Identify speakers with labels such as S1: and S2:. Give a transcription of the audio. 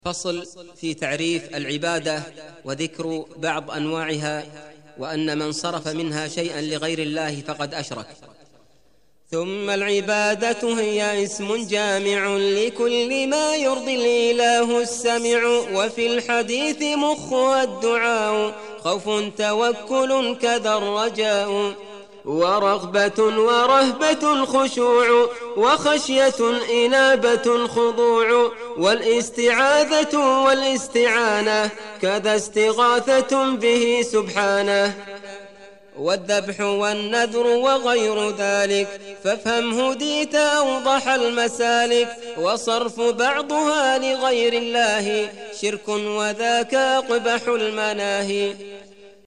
S1: فصل في تعريف العبادة وذكر بعض أنواعها، وأن من صرف منها شيئا لغير الله فقد أشرك. ثم العبادة هي اسم جامع لكل ما يرضي الإله السمع، وفي الحديث مخها الدعاء، خوف توكل كذا الرجاء، ورغبة ورهبة خشوع، وخشية إنابة خضوع، والاستعاذة والاستعانة كذا استغاثة به سبحانه، والذبح والنذر وغير ذلك فافهم هديت أوضح المسالك، وصرف بعضها لغير الله شرك وذاك أقبح المناهي.